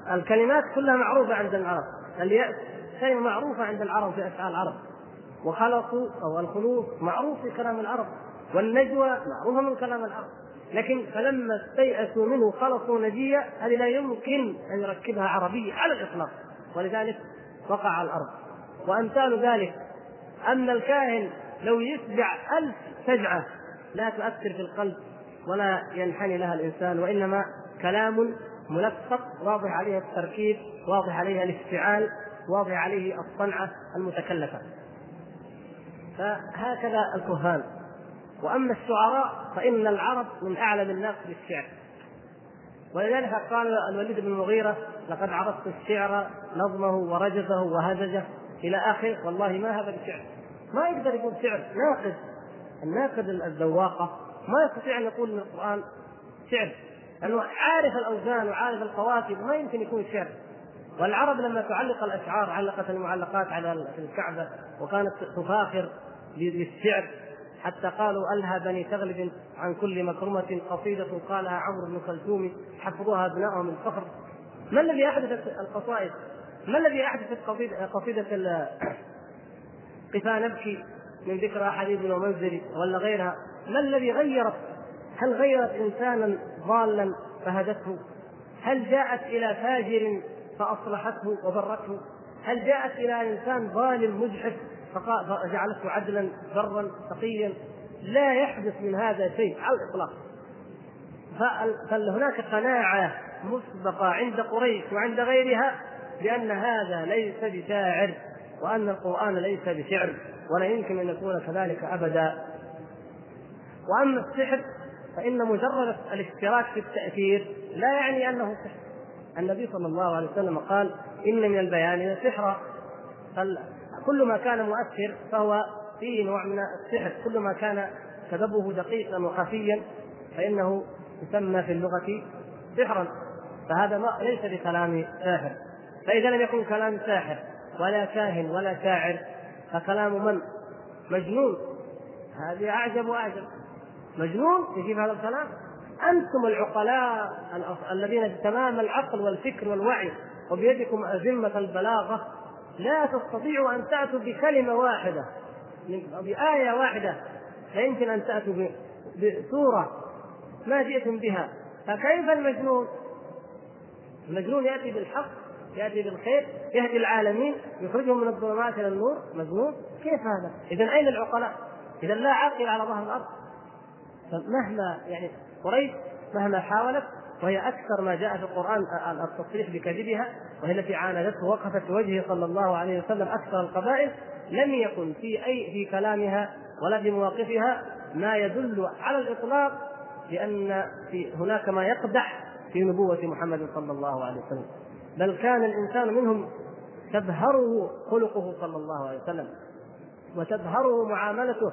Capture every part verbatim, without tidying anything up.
الكلمات كلها معروفة عند العرب، اليأس كلمة معروفة عند العرب في أفعال العرب، وخلصوا أو الخلوص معروف في كلام العرب، والنجوى معروفة من كلام العرب. لكن فلما استيأسوا منه خلصوا نجية، هذه لا يمكن أن يركبها عربي على الإطلاق، ولذلك وقع على الأرض. وأمثال ذلك أن الكاهن لو يسجع ألف سجعة لا تؤثر في القلب ولا ينحني لها الإنسان، وإنما كلام ملفق واضح عليه التركيب، واضح عليه الافتعال، واضح عليه الصنعة المتكلفة. فهكذا الكهان. وأما الشعراء فإن العرب من أعلم الناس بالشعر، ولذلك قال الوليد بن المغيرة: لقد عرفت الشعر نظمه ورجزه وهزجه إلى آخر، والله ما هذا بشعر. ما يقدر يقول شعر. ناقد الناقد الذواقة ما يستطيع أن يقول من القرآن شعر، لأنه عارف الأوزان وعارف القوافي، ما يمكن يكون شعر. والعرب لما تعلق الأشعار علقت المعلقات على الكعبة، وكانت تفاخر بالشعر، حتى قالوا: ألهى بني تغلب عن كل مكرمة قصيدة قالها عمرو بن كلثوم حفظوها أبنائهم من الفخر. ما الذي أحدث القصائد؟ ما الذي أحدث قصيدة, قصيدة قفا نبكي من ذكرى حبيب ومنزلي ولا غيرها؟ ما الذي غيرت؟ هل غيرت إنسانا ضالا فهدته؟ هل جاءت إلى فاجر فأصلحته وبرته؟ هل جاءت إلى إنسان ظالم مجحف فجعلته عدلا برا تقيا؟ لا يحدث من هذا شيء على الإطلاق. فهناك قناعة مسبقة عند قريش وعند غيرها بأن هذا ليس بشاعر، وأن القرآن ليس بشعر، ولا يمكن أن يكون كذلك أبدا. وأما السحر فإن مجرد الاشتراك في التأثير لا يعني أنه سحر. النبي صلى الله عليه وسلم قال: إن من البيان سحرا. كل ما كان مؤثر فهو فيه نوع من السحر، كل ما كان سببه دقيقا وخفيا فإنه يسمى في اللغة سحرا. فهذا ما ليس بكلام ساحر. فإذا لم يكن كلام ساحر ولا كاهن ولا شاعر، فكلام من؟ مجنون. هذه أعجب وأعجب. مجنون يجيب هذا الكلام؟ أنتم العقلاء الذين بتمام العقل والفكر والوعي وبيدكم أزمة البلاغة لا تستطيعوا أن تأتوا بكلمة واحدة بآية واحدة، لا يمكن أن تأتوا بسورة ما جئتم بها. فكيف المجنون؟ المجنون يأتي بالحق، يأتي بالخير، يهدي العالمين، يخرجهم من الظلمات إلى النور. مجنون؟ كيف هذا؟ إذن أين العقلاء؟ إذن لا عاقل على ظهر الأرض. فمهما يعني قريش مهما حاولت، وهي أكثر ما جاء في القرآن التصريح بكذبها، وهي التي عاندته وقفت في وجهه صلى الله عليه وسلم أكثر القبائل، لم يكن في أي في كلامها ولا في مواقفها ما يدل على الإطلاق لأن في هناك ما يقدح في نبوة محمد صلى الله عليه وسلم. بل كان الإنسان منهم تبهره خلقه صلى الله عليه وسلم، وتبهره معاملته،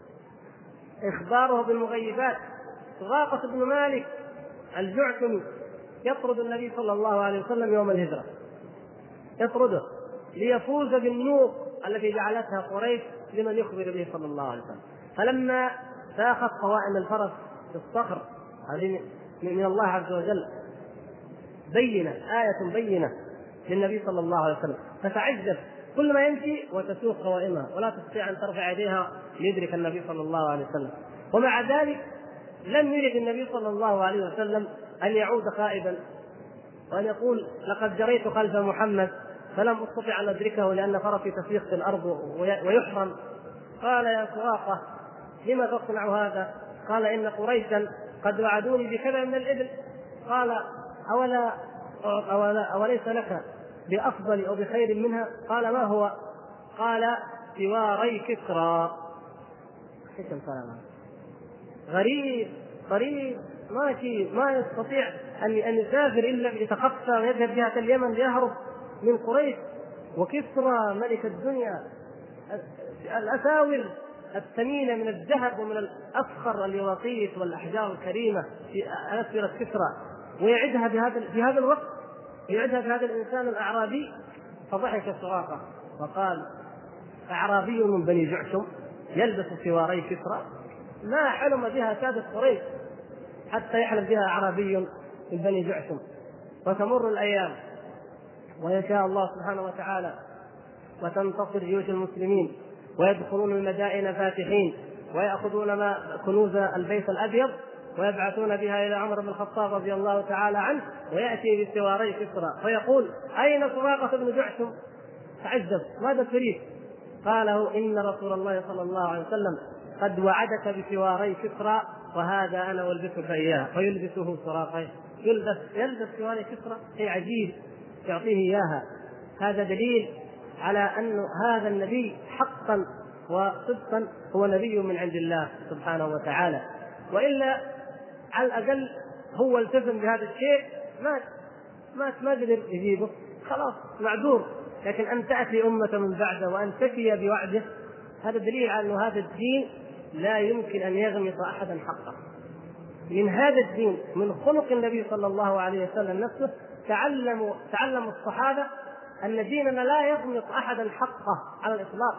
إخباره بالمغيبات. سراقة بن مالك الجعثمي يطرد النبي صلى الله عليه وسلم يوم الهجرة، يطرده ليفوز بالنور التي جعلتها قريش لمن يخبر به صلى الله عليه وسلم. فلما ساخت قوائم الفرس في الصخر، هذه من الله عز وجل بينة، آية بينة للنبي صلى الله عليه وسلم، فتعجب كل ما يمشي وتسوق قوائمها ولا تستطيع أن ترفع يديها ليدرك النبي صلى الله عليه وسلم. ومع ذلك لم يرد النبي صلى الله عليه وسلم أن يعود خائبا وأن يقول: لقد جريت خلف محمد فلم أستطع أن أدركه لأن فرسي تسيق في الأرض ويحرم. قال: يا سراقة لما تصنع هذا؟ قال: إن قريشا قد وعدوني بكذا من الإبل. قال: أولا أولا أوليس لك بأفضل أو بخير منها؟ قال: ما هو؟ قال: سواري كسرى. ايش الكلام؟ غريب غريب ماشي ما يستطيع أن أن يسافر إلا يتخفى ويذهب جهة اليمن ليهرب من قريش. وكسرى ملك الدنيا، الأساور الثمينة من الذهب ومن الأفخر اليواقيت والأحجار الكريمة في أسورة كسرى، ويعدها بهذا في هذا الوقت، يعدها بهذا الإنسان الأعرابي. فضحك سراقة وقال: أعرابي من بني جعشم يلبس سواري كسرى؟ ما حلم بها سادة قريش حتى يحلم بها أعرابي من بني جعشم. وتمر الأيام ويشاء الله سبحانه وتعالى وتنتصر جيوش المسلمين ويدخلون المدائن فاتحين ويأخذون ما كنوز البيت الأبيض ويبعثون بها إلى عمر بن الخطاب رضي الله تعالى عنه، ويأتي بسواري كسرى فيقول: أين سراقة بن جعشم؟ تعجب: ماذا تريد؟ قاله: إن رسول الله صلى الله عليه وسلم قد وعدك بسواري كسرى وهذا أنا ألبسك إياها. فيلبسه سراقه، يلبس يلبس سواري كسرى، شيء عجيب يعطيه إياها. هذا دليل على أن هذا النبي حقا وصدقا هو نبي من عند الله سبحانه وتعالى، وإلا على الأقل هو التزم بهذا الشيء ما ما ما قدر يجيبه، خلاص معذور. لكن أن تأتي أمة من بعده وأن تفي بوعده، هذا دليل على أن هذا الدين لا يمكن أن يغمط أحدا حقه. من هذا الدين، من خلق النبي صلى الله عليه وسلم نفسه، تعلموا تعلموا الصحابة أن ديننا لا يغمط أحدا حقه على الإطلاق.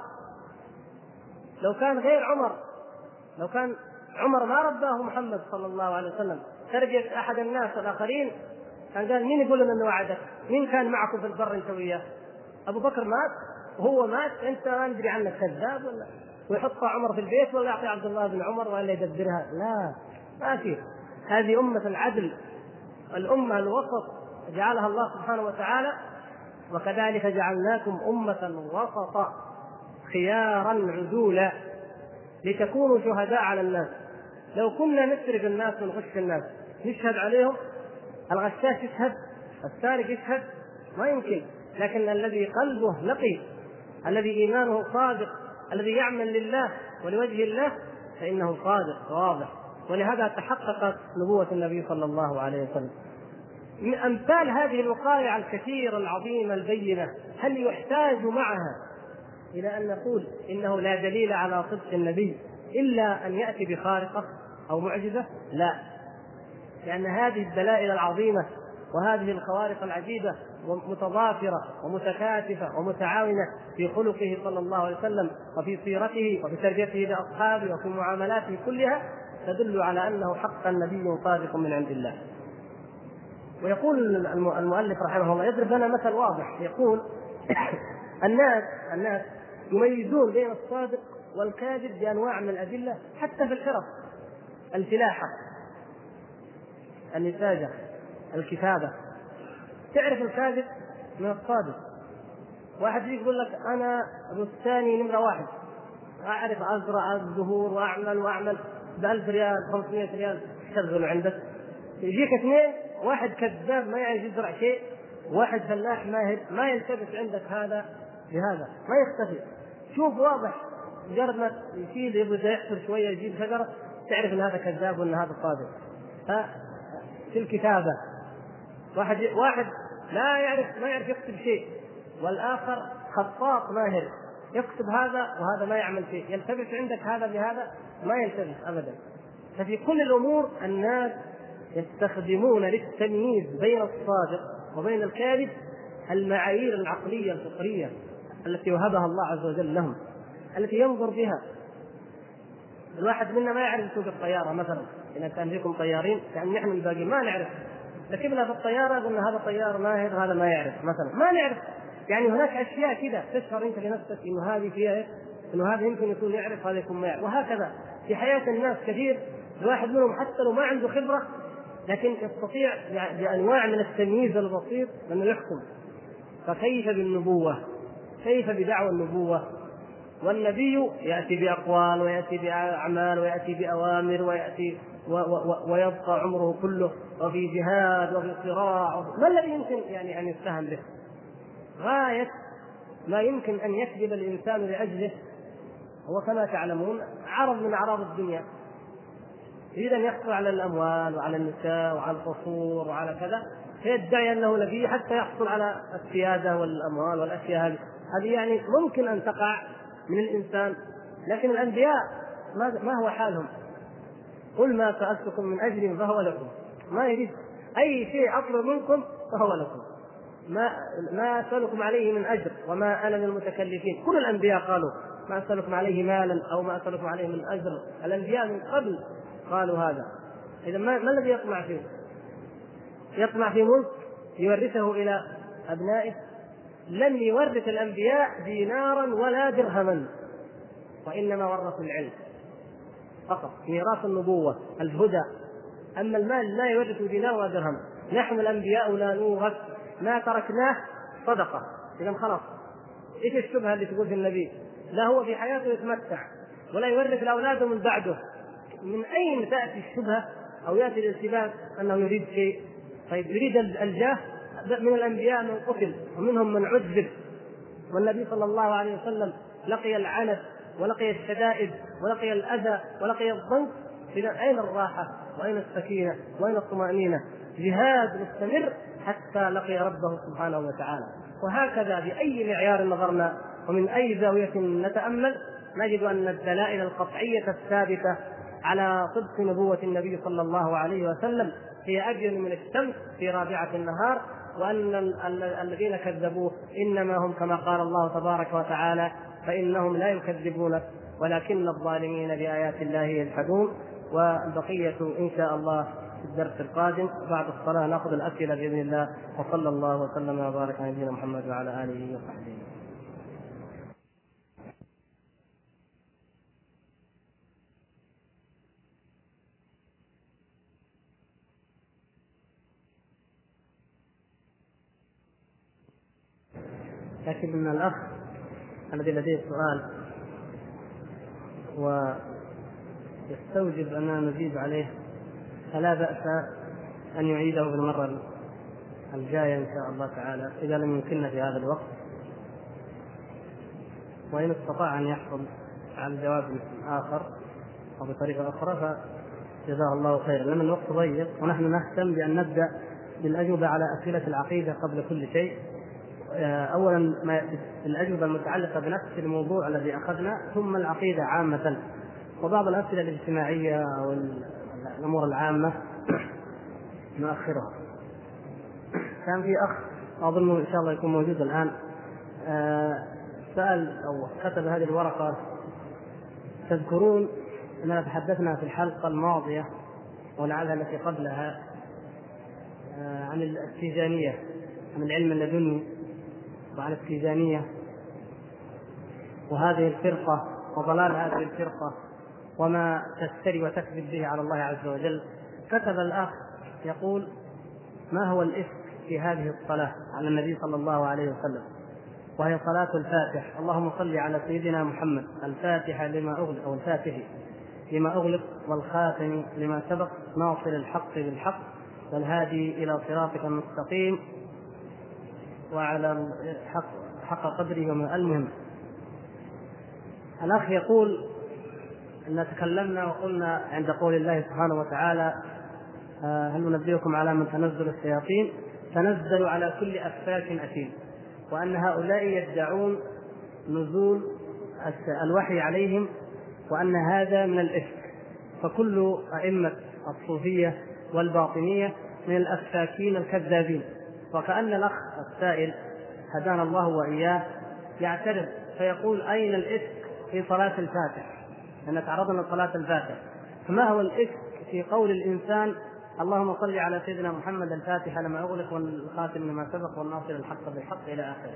لو كان غير عمر، لو كان عمر ما رباه محمد صلى الله عليه وسلم، تربية أحد الناس الآخرين، كان قال: مين يقول لنا أنه وعدك؟ مين كان معكم في البر أنت وياه؟ أبو بكر مات وهو مات، أنت ما ندري عنك كذاب ولا؟ ويحط عمر في البيت ولا يعطي عبد الله بن عمر ولا يدبرها؟ لا، ما في. هذه أمة العدل، الأمة الوسط جعلها الله سبحانه وتعالى: وكذلك جعلناكم أمة وسطا خيارا عدولا لتكونوا شهداء على الناس. لو كنا نسرق الناس ونغش الناس نشهد عليهم، الغشاش يشهد، السارق يشهد، ما يمكن. لكن الذي قلبه نقي، الذي إيمانه صادق، الذي يعمل لله ولوجه الله، فإنه صادق واضح. ولهذا تحققت نبوة النبي صلى الله عليه وسلم. من أمثال هذه الوقائع الكثيرة العظيمة البينة، هل يحتاج معها إلى أن نقول إنه لا دليل على صدق النبي إلا أن يأتي بخارقة أو معجزة؟ لا، لأن هذه الدلائل العظيمة وهذه الخوارق العجيبة متضافرة ومتكاتفة ومتعاونة في خلقه صلى الله عليه وسلم وفي سيرته وفي تربيته لأصحابه وفي معاملاته كلها، تدل على أنه حقا نبي صادق من عند الله. ويقول المؤلف رحمه الله، يضرب لنا مثل واضح، يقول: الناس الناس يميزون بين الصادق والكاذب بأنواع من الأدلة، حتى في الحرف، الفلاحة، النساجة، الكتابة. تعرف الكاذب من الصادق. واحد يقول لك: أنا بستاني نمرة واحد، أعرف أزرع الزهور وأعمل وأعمل بألف ريال خمسمائة ريال تشغل عندك. يجيك اثنين، واحد كذاب ما يعرف يزرع شيء، واحد فلاح ماهر، ما يلتبس عندك هذا بهذا، ما يختفي. شوف واضح، مجرد ما يشيل يبغى يحفر شوية يجيب شجرة تعرف أن هذا كذاب وأن هذا صادق. في الكتابة واحد واحد لا يعرف ما يعرف يكتب شيء، والآخر خطاط ماهر يكتب هذا وهذا ما يعمل شيء، يلتبس عندك هذا بهذا، ما يلتبس أبدا. ففي كل الأمور الناس يستخدمون للتمييز بين الصادق وبين الكاذب المعايير العقلية الفطرية التي وهبها الله عز وجل لهم، التي ينظر بها. الواحد منا ما يعرف يسوق الطيارة مثلا، إذا كان فيكم طيارين، يعني نحن الباقي ما نعرف، ركبنا في الطيارة قلنا هذا طيار ماهر هذا ما يعرف مثلا، ما نعرف. يعني هناك أشياء كذا تشعر أنت لنفسك إنه هذه فيها، إنه هذا يمكن يكون يعرف هذا يكون ما يعرف. وهكذا في حياة الناس كثير، الواحد منهم حتى لو ما عنده خبرة لكن يستطيع بأنواع من التمييز البسيط أنه يحكم. فكيف بالنبوة؟ كيف بدعوى النبوة؟ والنبي يأتي بأقوال ويأتي بأعمال ويأتي بأوامر ويأتي و و ويبقى عمره كله وفي جهاد وفي صراع. ما الذي يمكن يعني أن يستهان به؟ غاية ما يمكن أن يكذب الإنسان لأجله هو كما تعلمون عرض من أعراض الدنيا، يريد أن يحصل على الأموال وعلى النساء وعلى القصور وعلى كذا، فيدعي أنه نبي حتى يحصل على السيادة والأموال والأشياء هذه. هذه يعني ممكن أن تقع من الإنسان، لكن الأنبياء ما هو حالهم؟ قل ما سألتكم من أجر فهو لكم، ما يريد أي شيء أطلب منكم فهو لكم، ما ما أسألكم عليه من أجر وما أنا من المتكلفين. كل الأنبياء قالوا ما أسألكم عليه مالا أو ما أسألكم عليه من أجر، الأنبياء من قبل قالوا هذا. إذا ما, ما الذي يطمع فيه؟ يطمع في ملك يورثه إلى أبنائه لم يورث الأنبياء دينارا ولا درهما، وإنما ورثوا العلم فقط، ميراث النبوة الهدى. أما المال لا يورث دينار ولا درهم. نحن الأنبياء لا نورث، ما تركناه صدقة. إذا خلاص، إيش الشبهة اللي تقول في النبي؟ لا هو في حياته يتمتع ولا يورث الأولاد من بعده. من أين تأتي الشبهة أو يأتي الالتباس أنه يريد شيء؟ طيب يريد الجاه، من الأنبياء من قتل ومنهم من عذب، والنبي صلى الله عليه وسلم لقي العنت ولقي الشدائد ولقي الأذى ولقي الضنك. أين الراحة وأين السكينة وأين الطمأنينة؟ جهاد مستمر حتى لقي ربه سبحانه وتعالى. وهكذا بأي معيار نظرنا ومن أي زاوية نتأمل نجد أن الدلائل القطعية الثابتة على صدق نبوة النبي صلى الله عليه وسلم هي أبين من الشمس في رابعة النهار، وأن الذين كذبوه إنما هم كما قال الله تبارك وتعالى: فإنهم لا يكذبونك ولكن الظالمين بآيات الله يجحدون. والبقية إن شاء الله في الدرس القادم بعد الصلاة نأخذ الأسئلة بإذن الله. وصلى الله وسلم وبارك على نبينا محمد وعلى آله وصحبه. لكن من الأخ الذي لديه سؤال ويستوجب أننا نجيب عليه، فلا بأس أن يعيده في المرة الجاية إن شاء الله تعالى إذا لم يمكننا في هذا الوقت، وإن استطاع أن يحصل على جواب آخر أو بطريقة أخرى فجزاه الله خيرا، لأن الوقت ضيق ونحن نهتم بأن نبدأ بالأجوبة على أسئلة العقيدة قبل كل شيء. أولا الأجوبة المتعلقة بنفس الموضوع الذي أخذنا، ثم العقيدة عامة، وبعض الأسئلة الاجتماعية أو الأمور العامة نؤخرها. كان في أخ أظن إن شاء الله يكون موجود الآن سأل أو كتب هذه الورقة: تذكرون أننا تحدثنا في الحلقة الماضية ولعلها التي قبلها عن التيجانية، عن العلم اللدني وعن التيجانية وهذه الفرقة وضلال هذه الفرقة وما تفتري وتكذب به على الله عز وجل. كتب الأخ يقول: ما هو الإفك في هذه الصلاة على النبي صلى الله عليه وسلم، وهي صلاة الفاتح: اللهم صل على سيدنا محمد الفاتح لما أغلق أو الفاتح لما أغلق والخاتم لما سبق ناصر الحق بالحق والهادي إلى صراطك المستقيم وعلى الحق حق قدره. ومن المهم الأخ يقول أن تكلمنا وقلنا عند قول الله سبحانه وتعالى: هل ننبئكم على من تنزل الشياطين؟ تنزل على كل أفاك أثيم، وأن هؤلاء يدعون نزول الوحي عليهم وأن هذا من الإفك. فكل أئمة الصوفية والباطنية من الأفاكين الكذابين. وكأن الأخ السائل هدانا الله وإياه يعترض فيقول: أين الإفك في صلاة الفاتح؟ لأن تعرضنا لصلاة الفاتح، فما هو الإفك في قول الإنسان: اللهم صل على سيدنا محمد الفاتح لما أغلق والخاتم لما سبق والناصر الحق بالحق إلى آخره؟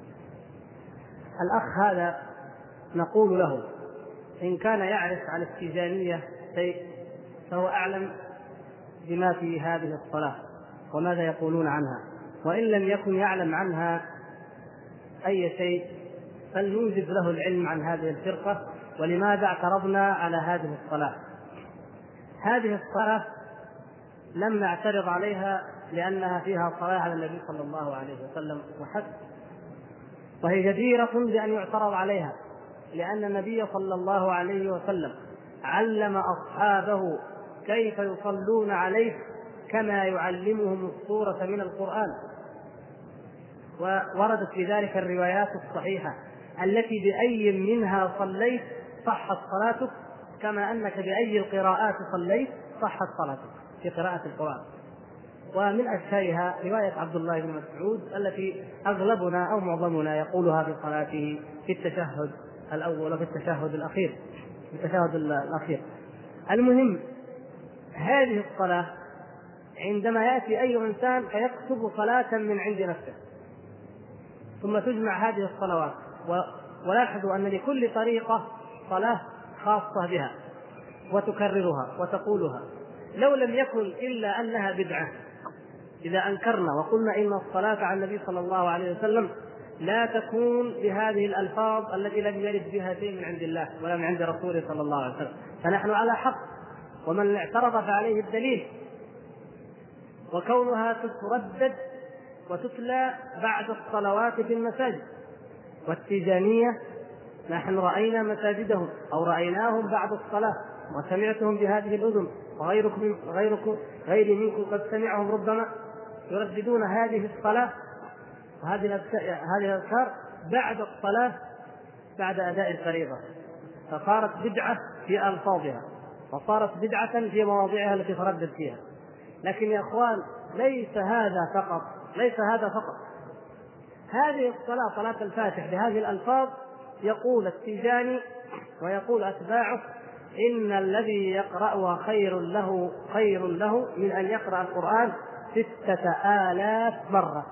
الأخ هذا نقول له: إن كان يعرف عن التيجانية شيء فهو أعلم بما في هذه الصلاة وماذا يقولون عنها، وإن لم يكن يعلم عنها أي شيء فلنوجد له العلم عن هذه الفرقة ولماذا اعترضنا على هذه الصلاة. هذه الصلاة لم نعترض عليها لأنها فيها صلاة على النبي صلى الله عليه وسلم وحسب، وهي جديرة بأن يعترض عليها، لأن النبي صلى الله عليه وسلم علم أصحابه كيف يصلون عليه كما يعلمهم السورة من القرآن، ووردت بذلك الروايات الصحيحة التي بأي منها صليت صحت صلاتك، كما أنك بأي القراءات صليت صحت صلاتك في قراءة القرآن. ومن أشهرها رواية عبد الله بن مسعود التي أغلبنا أو معظمنا يقولها في صلاته في التشهد الأول وفي التشهد الأخير في التشهد الأخير. المهم هذه الصلاة عندما يأتي أي إنسان فيكتب صلاة من عند نفسه، ثم تجمع هذه الصلوات. ولاحظوا أن لكل طريقة صلاة خاصة بها وتكررها وتقولها. لو لم يكن إلا أنها بدعة، إذا أنكرنا وقلنا إن الصلاة على النبي صلى الله عليه وسلم لا تكون بهذه الألفاظ التي لم يرد بها شيء من عند الله ولا من عند رسوله صلى الله عليه وسلم، فنحن على حق، ومن اعترض فعليه الدليل. وكونها تتردد وتتلى بعد الصلوات في المساجد، والتيجانية نحن رأينا مساجدهم أو رأيناهم بعد الصلاة وسمعتهم بهذه الأذن، وغيركم غيركم غيري منكم قد سمعهم ربما يرددون هذه الصلاة وهذه هذه الأذكار بعد الصلاة بعد أداء الفريضة، فصارت بدعة في ألفاظها وصارت بدعة في مواضعها التي تردد فيها. لكن يا أخوان، ليس هذا فقط ليس هذا فقط هذه الصلاة صلاة الفاتح بهذه الألفاظ يقول التيجاني ويقول أتباعه إن الذي يقرأها خير له خير له من أن يقرأ القرآن ستة آلاف مرة.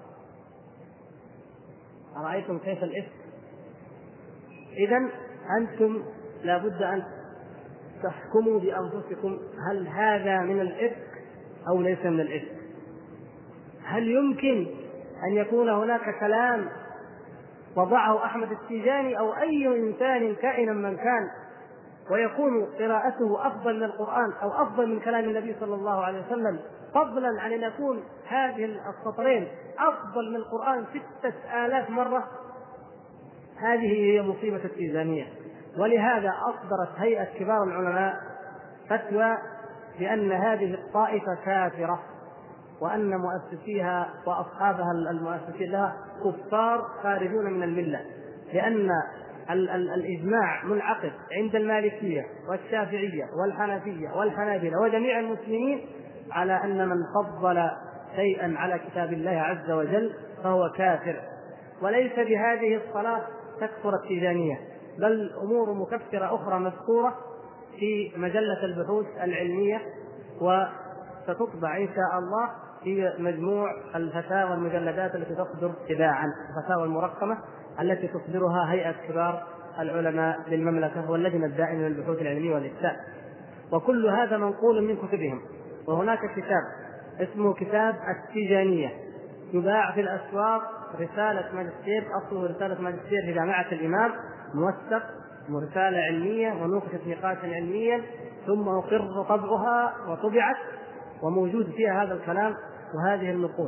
أرأيتم كيف الإفك؟ إذن أنتم لابد أن تحكموا بأنفسكم، هل هذا من الإفك أو ليس من الإفك؟ هل يمكن أن يكون هناك كلام وضعه أحمد التيجاني أو أي إنسان كائنا من كان ويكون قراءته أفضل من القرآن أو أفضل من كلام النبي صلى الله عليه وسلم، فضلا عن أن يكون هذه السطرين أفضل من القرآن ستة آلاف مرة؟ هذه هي مصيبة التيجانية. ولهذا أصدرت هيئة كبار العلماء فتوى بأن هذه الطائفة كافرة، وأن مؤسسيها وأصحابها المؤسسين لها كفار خارجون من الملة، لأن ال- ال- الإجماع منعقد عند المالكية والشافعية والحنفية والحنابلة وجميع المسلمين على أن من فضل شيئا على كتاب الله عز وجل فهو كافر. وليس بهذه الصلاة تكفر التيجانية، بل أمور مكفرة أخرى مذكورة في مجلة البحوث العلمية، وستطبع إن شاء الله في مجموع الفتاوى المجلدات التي تصدر تباعا، الفتاوى المرقمة التي تصدرها هيئة كبار العلماء للمملكة واللجنة الدائمة للبحوث العلمية والإفتاء. وكل هذا منقول من كتبهم. وهناك كتاب اسمه كتاب التيجانية يباع في الأسواق، رسالة ماجستير، أصله رسالة ماجستير في جامعة الإمام، موثق، رسالة علمية ونوقشت نقاشا علميا، ثم أقر طبعها وطبعت وموجود فيها هذا الكلام وهذه النقول.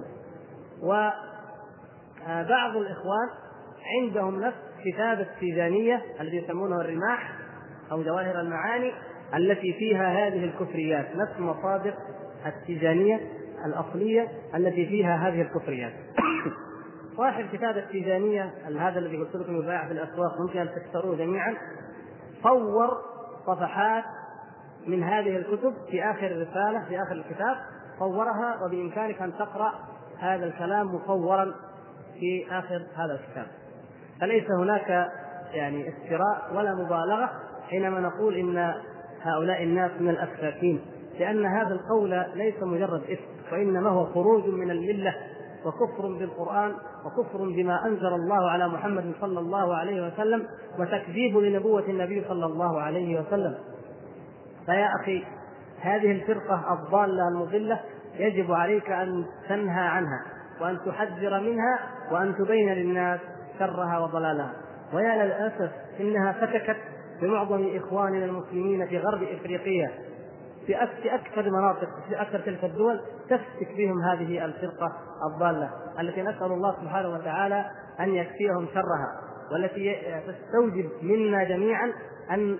وبعض الإخوان عندهم نفس كتاب التيجانية الذي يسمونه الرماح أو جواهر المعاني التي فيها هذه الكفريات، نفس مصادر التيجانية الأصلية التي فيها هذه الكفريات. صاحب كتاب التيجانية هذا الذي قلت لكم يباع في الأسواق، ممكن أن تشتروه جميعا، صور صفحات من هذه الكتب في آخر الرسالة في آخر الكتاب، صورها، وبإمكانك أن تقرأ هذا الكلام مصورا في آخر هذا الكتاب. فليس هناك يعني افتراء ولا مبالغة حينما نقول إن هؤلاء الناس من الأفاكين، لأن هذا القول ليس مجرد إفك، وإنما هو خروج من الملة وكفر بالقرآن وكفر بما أنزل الله على محمد صلى الله عليه وسلم وتكذيب لنبوة النبي صلى الله عليه وسلم. فيا أخي، هذه الفرقة الضالة المضلة يجب عليك أن تنهى عنها وأن تحذر منها وأن تبين للناس شرها وضلالها. ويا للأسف إنها فتكت بمعظم إخواننا المسلمين في غرب إفريقيا، في أكثر مناطق في أكثر تلك الدول تفتك بهم هذه الفرقة الضالة التي نسأل الله سبحانه وتعالى أن يكفيهم شرها، والتي تستوجب منا جميعا أن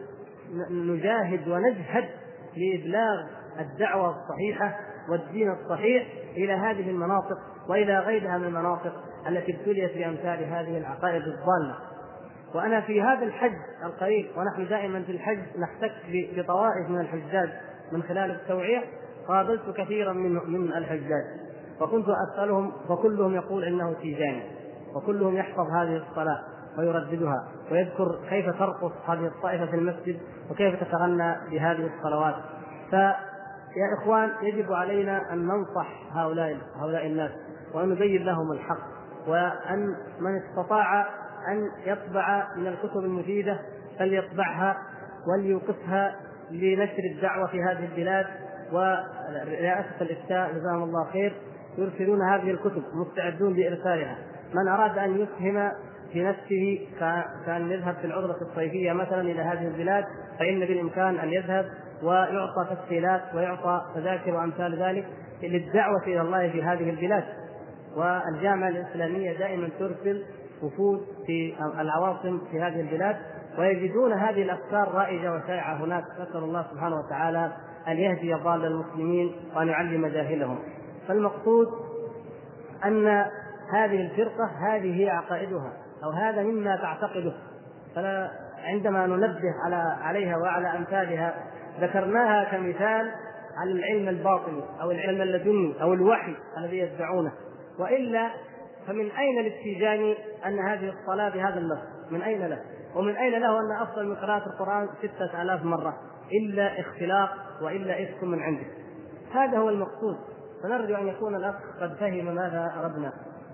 نجاهد ونجهد لإبلاغ الدعوة الصحيحة والدين الصحيح إلى هذه المناطق وإلى غيرها من المناطق التي ابتليت بأمثال هذه العقائد الضالة. وأنا في هذا الحج القريب، ونحن دائما في الحج نحتك بطوائف من الحجاج من خلال التوعية، قابلت كثيرا من من الحجاج وكنت أسألهم فكلهم يقول إنه تيجاني، وكلهم يحفظ هذه الصلاة ويرددها ويذكر كيف ترقص هذه الطائفة في المسجد وكيف تتغنى بهذه الصلوات. فيا إخوان، يجب علينا أن ننصح هؤلاء هؤلاء الناس وأن نبين لهم الحق وأن من استطاع أن يطبع من الكتب المفيدة فليطبعها وليوقفها لنشر الدعوة في هذه البلاد. ورئاسة الإفتاء جزاهم الله خير يرسلون هذه الكتب، مستعدون لإرسالها. من أراد أن يسهم في نفسه كان يذهب في العطلة الصيفية مثلا إلى هذه البلاد فإن بالإمكان أن يذهب ويعطى تسهيلات ويعطى تذاكر وأمثال ذلك للدعوة إلى الله في هذه البلاد. والجامعة الإسلامية دائما ترسل وفود في العواصم في هذه البلاد ويجدون هذه الأفكار رائجة وشائعة هناك. نسأل الله سبحانه وتعالى أن يهدي ضال المسلمين وأن يعلم جاهلهم. فالمقصود أن هذه الفرقة هذه هي عقائدها أو هذا مما تعتقده. فلا عندما ننبه على عليها وعلى أمثالها ذكرناها كمثال على العلم الباطني أو العلم اللدني أو الوحي الذي يدعونه، وإلا فمن أين للتيجاني أن هذه الصلاة بهذا اللفظ؟ من أين له؟ ومن أين له أن أفضل من قراءة القرآن ستة آلاف مرة؟ إلا اختلاق وإلا إفك من عنده. هذا هو المقصود. فنرجو أن يكون الأخ قد فهم ماذا أردنا.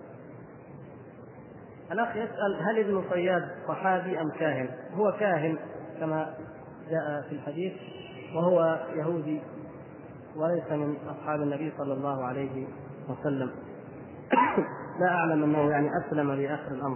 الأخ يسأل: هل ابن صياد صحابي أم كاهن؟ هو كاهن كما جاء في الحديث، وهو يهودي وليس من أصحاب النبي صلى الله عليه وسلم. لا أعلم أنه يعني أسلم لآخر الأمر.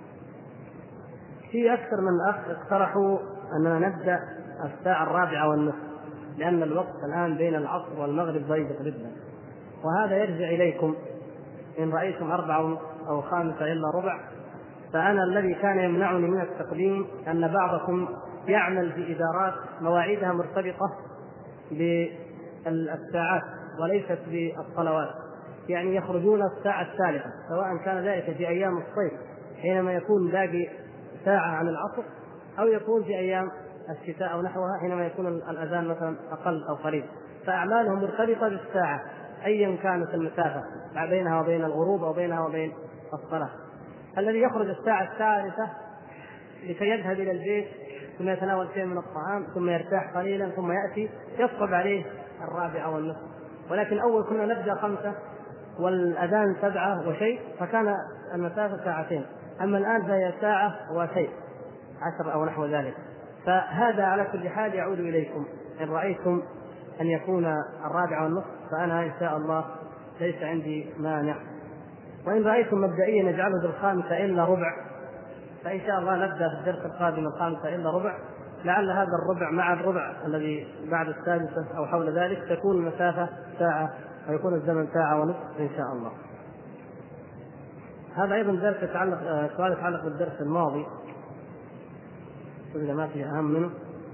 في أكثر من أخ اقترحوا أننا نبدأ الساعة الرابعة والنصف، لأن الوقت الآن بين العصر والمغرب ضيق جدا، وهذا يرجع إليكم. إن رأيتم أربعة ونصف أو خامسة إلا ربع، فأنا الذي كان يمنعني من التقديم أن بعضكم يعمل في إدارات مواعيدها مرتبطة بالساعات وليست بالصلوات، يعني يخرجون الساعة الثالثة، سواء كان ذلك في أيام الصيف حينما يكون باقي ساعة عن العصر، أو يكون في أيام الشتاء أو نحوها حينما يكون الأذان مثلا أقل أو قريب. فأعمالهم مرتبطة بالساعة أيا كانت المسافة بينها وبين الغروب أو بينها وبين الصلاة. الذي يخرج الساعة الثالثة لكي يذهب إلى البيت ثم يتناول شيء من الطعام ثم يرتاح قليلا ثم يأتي يصعب عليه الرابعة والنصف. ولكن أول كنا نبدأ خمسة والأذان سبعة وشيء، فكان المسافة ساعتين، أما الآن فهي ساعة وشيء، عشر أو نحو ذلك. فهذا على كل حال يعود إليكم. إن رأيتم أن يكون الرابعة والنصف فأنا إن شاء الله ليس عندي مانع، وإن رأيتم مبدئيا نجعله بالخامسة إلا ربع فإن شاء الله نبدأ في الدرس القادم الخامسة إلا ربع، لعل هذا الربع مع الربع الذي بعد السادسة أو حول ذلك تكون المسافة ساعة ويكون الزمن ساعة ونصف إن شاء الله. هذا أيضا درس يتعلق سؤال يتعلق بالدرس الماضي إذا ما في أهم منه.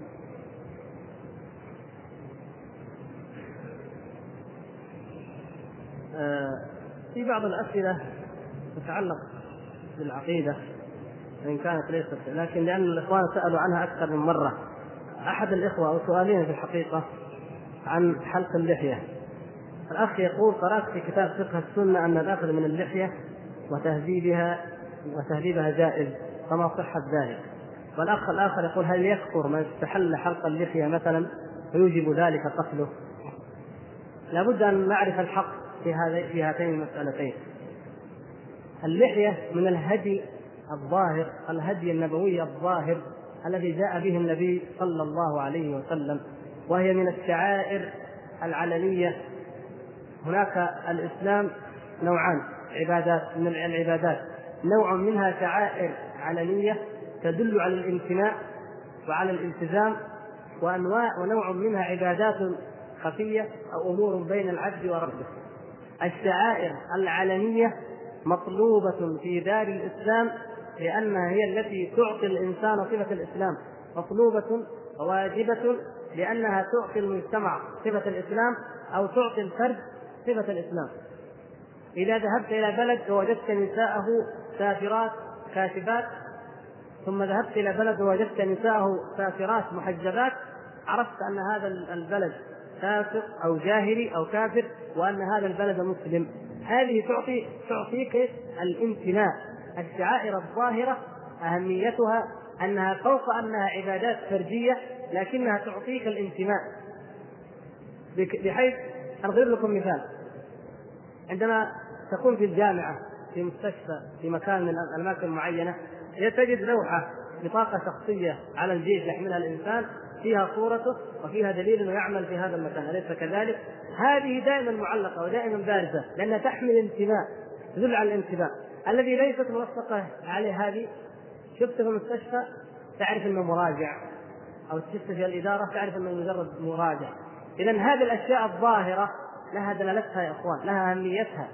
في بعض الأسئلة تتعلق بالعقيدة وإن كانت ليست، لكن لأن الإخوان سألوا عنها أكثر من مرة. أحد الإخوة أو سؤالين في الحقيقة عن حلق اللحية. الأخ يقول: قرأت في كتاب فقه السنة أن الأخذ من اللحية وتهذيبها وتهذيبها جائز، فما صحة ذلك؟ والأخ الآخر يقول: هل يكفر من استحل حلق اللحية مثلا ويوجب ذلك قتله؟ لابد أن نعرف الحق في هذه في هاتين المسألتين. اللحية من الهدي الظاهر، الهدي النبوي الظاهر الذي جاء به النبي صلى الله عليه وسلم، وهي من الشعائر العلنية. هناك الإسلام نوعان عبادات من العبادات، نوع منها شعائر علنية تدل على الامتناع وعلى الالتزام، وأنواع ونوع منها عبادات خفية أو أمور بين العبد وربه. الشعائر العلنية مطلوبة في دار الإسلام لأنها هي التي تعطي الإنسان صفة الإسلام، مطلوبة وواجبة لأنها تعطي المجتمع صفة الإسلام أو تعطي الفرد صفة الإسلام. إذا ذهبت إلى بلد ووجدت نساءه سافرات كاشفات، ثم ذهبت إلى بلد ووجدت نساءه سافرات محجبات، عرفت أن هذا البلد فاسق أو جاهلي أو كافر، وأن هذا البلد مسلم. هذه تعطي تعطيك الامتناع. الشعائر الظاهرة أهميتها أنها فوق أنها عبادات فردية لكنها تعطيك الامتناع، بحيث أضرب لكم مثال. عندما تكون في الجامعة في مستشفى في مكان من الأماكن المعينة تجد لوحة بطاقة شخصية على الجيش يحملها الإنسان فيها صورته وفيها دليل أنه يعمل في هذا المكان، أليس كذلك؟ هذه دائما معلقة ودائما بارزة لأنها تحمل انتماء، تدل على الانتماء الذي ليست موثقة عليه. هذه شفت في المستشفى تعرف أنه مراجع، أو شفت في الإدارة تعرف أنه مجرد مراجع. إذا هذه الأشياء الظاهرة لها دلالتها يا إخوان، لها أهميتها.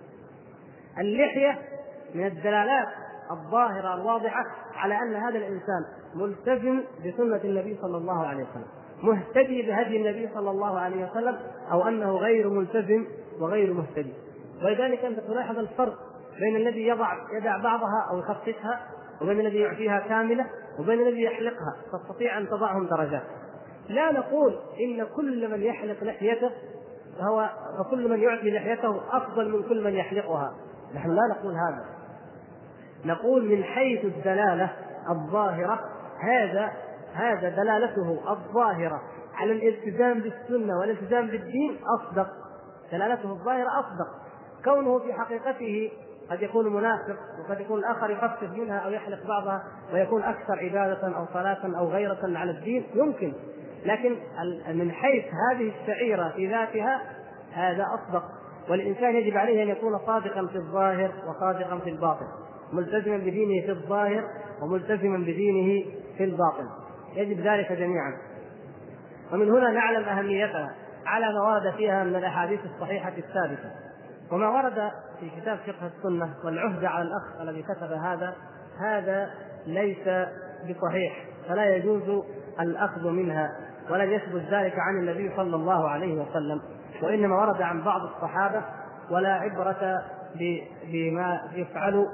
اللحية من الدلالات الظاهرة الواضحة على أن هذا الإنسان ملتزم بسنة النبي صلى الله عليه وسلم، مهتدي بهدي النبي صلى الله عليه وسلم، أو أنه غير ملتزم وغير مهتدي. ولذلك أنت تلاحظ الفرق بين الذي يضع يدع بعضها أو يخففها، وبين الذي يعطيها كاملة، وبين الذي يحلقها، تستطيع أن تضعهم درجات. لا نقول إن كل من يحلق لحيته فهو فكل من يعطي لحيته أفضل من كل من يحلقها، نحن لا نقول هذا. نقول من حيث الدلالة الظاهرة هذا هذا دلالته الظاهرة على الالتزام بالسنة والالتزام بالدين أصدق، دلالته الظاهرة أصدق. كونه في حقيقته قد يكون منافق، وقد يكون الآخر يخفف منها أو يحلق بعضها ويكون أكثر عبادة أو صلاة أو غيرة على الدين، يمكن، لكن من حيث هذه الشعيرة في ذاتها هذا أصدق. والإنسان يجب عليه أن يكون صادقا في الظاهر وصادقا في الباطن، ملتزما بدينه في الظاهر وملتزما بدينه في الباطن، يجب ذلك جميعا. ومن هنا نعلم أهميتها على ما ورد فيها من الأحاديث الصحيحة الثابتة، وما ورد في كتاب فقه السنة. والعهد على الأخ الذي كتب هذا هذا ليس بصحيح، فلا يجوز الأخذ منها، ولم يثبت ذلك عن النبي صلى الله عليه وسلم، وإنما ورد عن بعض الصحابة، ولا عبرة بما يفعل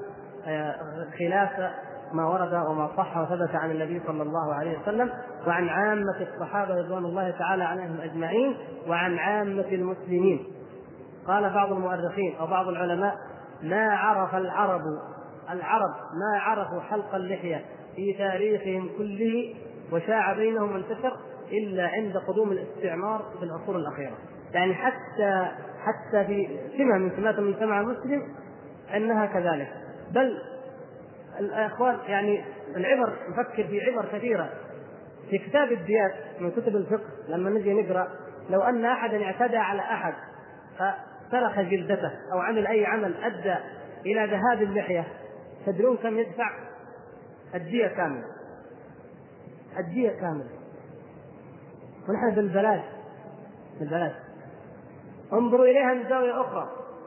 خلاف ما ورد وما صح وثبت عن النبي صلى الله عليه وسلم وعن عامة الصحابة رضوان الله تعالى عليهم أجمعين وعن عامة المسلمين. قال بعض المؤرخين أو بعض العلماء: ما عرف العرب العرب ما عرفوا حلق اللحية في تاريخهم كله وشاع بينهم وانتشر إلا عند قدوم الاستعمار في العصور الأخيرة. يعني حتى حتى في سمة من سمات المجتمع المسلم أنها كذلك. بل الأخوان يعني العبر، نفكر في عبر كثيرة في كتاب الديات من كتب الفقه. لما نجي نقرأ لو أن أحدا اعتدى على أحد فسرخ جلدته أو عمل أي عمل أدى إلى ذهاب اللحية، تدرون كم يدفع؟ الدية كاملة، الدية كاملة، ونحن بالبلاش بالبلاش. انظروا إليها من زاوية أخرى،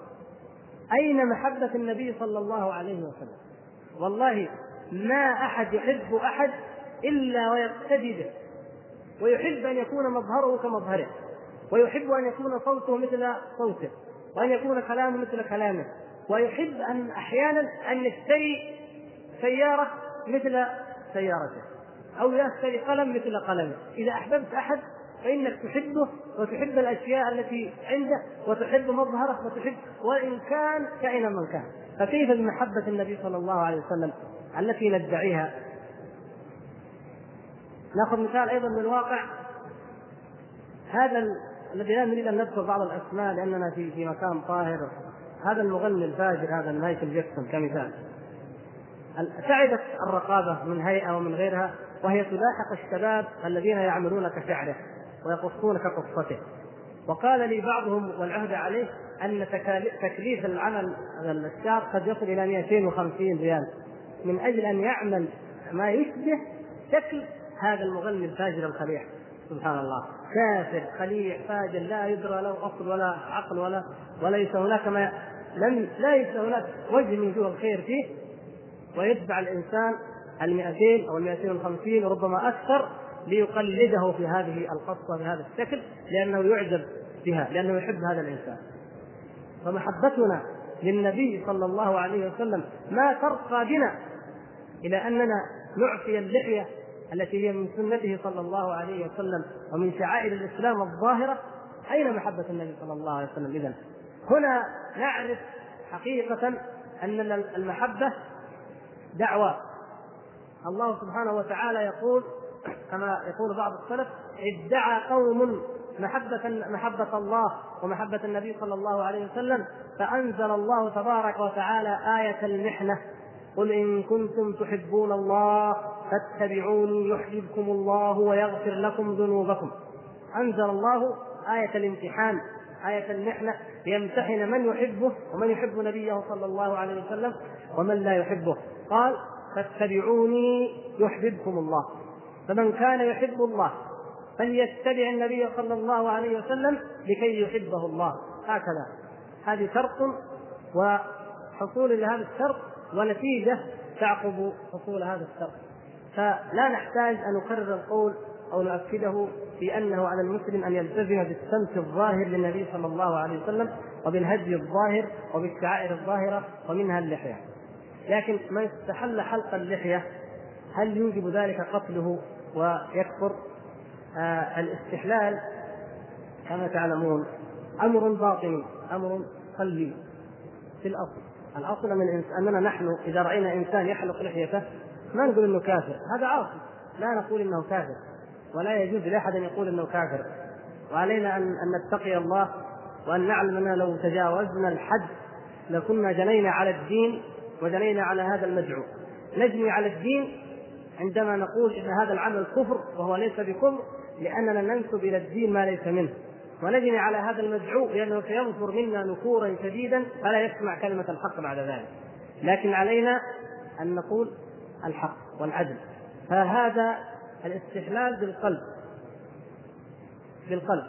أين محبة النبي صلى الله عليه وسلم؟ والله ما أحد يحب أحد إلا ويقتدي به، ويحب أن يكون مظهره كمظهره، ويحب أن يكون صوته مثل صوته، وأن يكون كلامه مثل كلامه، ويحب أن أحيانا أن يشتري سيارة مثل سيارته، أو يشتري قلم مثل قلمه. إذا أحببت أحد فإنك تحبه وتحب الأشياء التي عنده وتحب مظهره وتحب وإن كان كائنا من كان. فكيف بمحبة النبي صلى الله عليه وسلم التي ندعيها؟ نأخذ مثال أيضا من الواقع. هذا الذي لا نريد أن نذكر بعض الأسماء لأننا في في مكان طاهر، هذا المغني الفاجر هذا مايكل جاكسون كمثال، تعبت الرقابة من هيئة ومن غيرها وهي تلاحق الشباب الذين يعملون كشعره ويقصون كقصته. وقال لي بعضهم والعهد عليه أن تكليف العمل الشهر قد يصل إلى مئتين وخمسين ريال من أجل أن يعمل ما يشبه شكل هذا المغني الفاجر الخليع. سبحان الله، كافر خليع فاجر لا يدرى له أصل ولا عقل ولا وليس هناك ما لم ليس هناك وجه من وجوه الخير فيه، ويدفع الإنسان المئتين أو المئتين والخمسين وربما أكثر ليقلده في هذه القصة بهذا الشكل، لأنه يعجب بها، لأنه يحب هذا الإنسان. فمحبتنا للنبي صلى الله عليه وسلم ما ترقى بنا إلى أننا نعفي اللحية التي هي من سنته صلى الله عليه وسلم ومن شعائر الإسلام الظاهرة. أين محبة النبي صلى الله عليه وسلم إذن؟ هنا نعرف حقيقة أن المحبة دعوة. الله سبحانه وتعالى يقول كما يقول بعض السلف: ادعى قوم محبة محبة الله ومحبة النبي صلى الله عليه وسلم فأنزل الله تبارك وتعالى آية المحنة: قل إن كنتم تحبون الله فاتبعوني يحببكم الله ويغفر لكم ذنوبكم. أنزل الله آية الامتحان، آية المحنة، ليمتحن من يحبه ومن يحب نبيه صلى الله عليه وسلم ومن لا يحبه. قال: فاتبعوني يحببكم الله. فمن كان يحب الله فليتبع النبي صلى الله عليه وسلم لكي يحبه الله. هكذا، هذه شرط وحصول لهذا الشرط ونتيجة تعقب حصول هذا الشرط. فلا نحتاج أن نكرر القول أو نؤكده في أنه على المسلم أن يلتزم بالسمت الظاهر للنبي صلى الله عليه وسلم وبالهدي الظاهر وبالشعائر الظاهرة ومنها اللحية. لكن من استحل حلق اللحية هل يوجب ذلك قتله ويكفر؟ آه الاستحلال كما تعلمون أمر باطن، أمر قلبي في الأصل. الأصل من أننا نحن إذا رأينا إنسان يحلق لحيته ما نقول إنه كافر، هذا عاصي، لا نقول إنه كافر، ولا يجوز لأحد أن يقول إنه كافر. وعلينا أن نتقي الله وأن نعلم أننا لو تجاوزنا الحد لكنا جنينا على الدين وجنينا على هذا المدعو. نجني على الدين عندما نقول إن هذا العمل كفر وهو ليس بكفر، لأننا ننسب إلى الدين ما ليس منه، ونجني على هذا المدعو لأنه سينفر منا نفورا شديدا فلا يسمع كلمة الحق بعد ذلك. لكن علينا أن نقول الحق والعدل. فهذا الاستحلال بالقلب بالقلب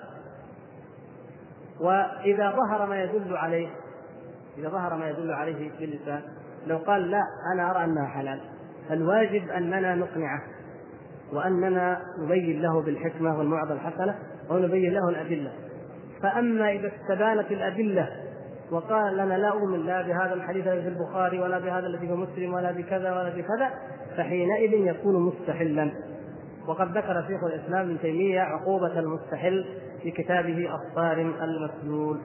وإذا ظهر ما يدل عليه إذا ظهر ما يدل عليه باللسان، لو قال لا أنا أرى أنها حلال، فالواجب أننا نقنعه وأننا نبين له بالحكمة والموعظة الحسنة ونبين له الأدلة. فأما إذا استبانت الأدلة وقال لنا لا أؤمن لا بهذا الحديث الذي في البخاري ولا بهذا الذي في مسلم ولا بكذا ولا بكذا، فحينئذ يكون مستحلا. وقد ذكر شيخ الإسلام ابن تيمية عقوبة المستحل في كتابه الصارم المسلول.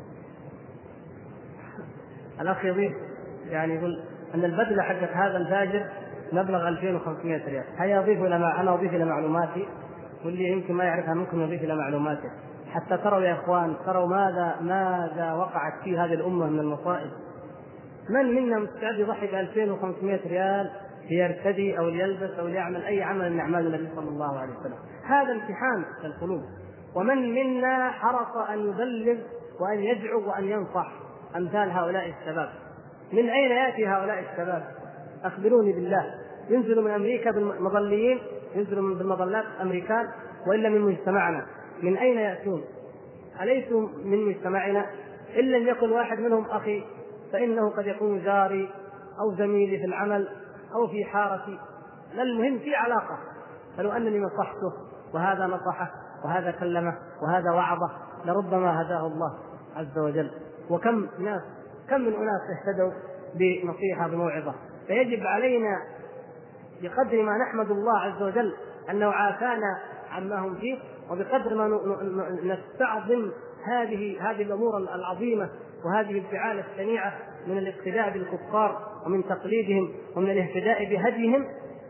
الأخ يضيف يعني يقول أن البدلة حقت هذا الفاجر مبلغ ألفين وخمسمائة ريال. هيا أضيف إلى ما أنا أضيف إلى معلوماتي، واللي يمكن ما يعرفها منكم يضيف إلى معلوماته حتى تروا يا إخوان، تروا ماذا ماذا وقعت في هذه الأمة من المصائب. من منا مستعد يضحي بألفين وخمسمائة ريال ليرتدي أو ليلبس أو ليعمل أي عمل من أعمال النبي صلى الله عليه وسلم؟ هذا امتحان القلوب. ومن منا حرص أن يبلغ وأن يدعو وأن ينصح أمثال هؤلاء الشباب؟ من أين يأتي هؤلاء الشباب؟ أخبروني بالله. ينزلوا من أمريكا بالمظليين، ينزلوا من بالمظلات أمريكان، وإلا من مجتمعنا. من أين يأتون؟ أليسوا من مجتمعنا؟ إن لم يكن واحد منهم أخي فإنه قد يكون جاري أو زميلي في العمل أو في حارتي، لا المهم في علاقة. فلو أنني نصحته وهذا نصحه وهذا كلمه وهذا وعظه لربما هداه الله عز وجل. وكم ناس كم من أناس اهتدوا بنصيحة بموعظة. فيجب علينا بقدر ما نحمد الله عز وجل أنه عافانا عما هم فيه، وبقدر ما نستعظم هذه هذه الأمور العظيمة وهذه الفعال الشنيعة من الاقتداء بالكفار ومن تقليدهم ومن الاهتداء بهديهم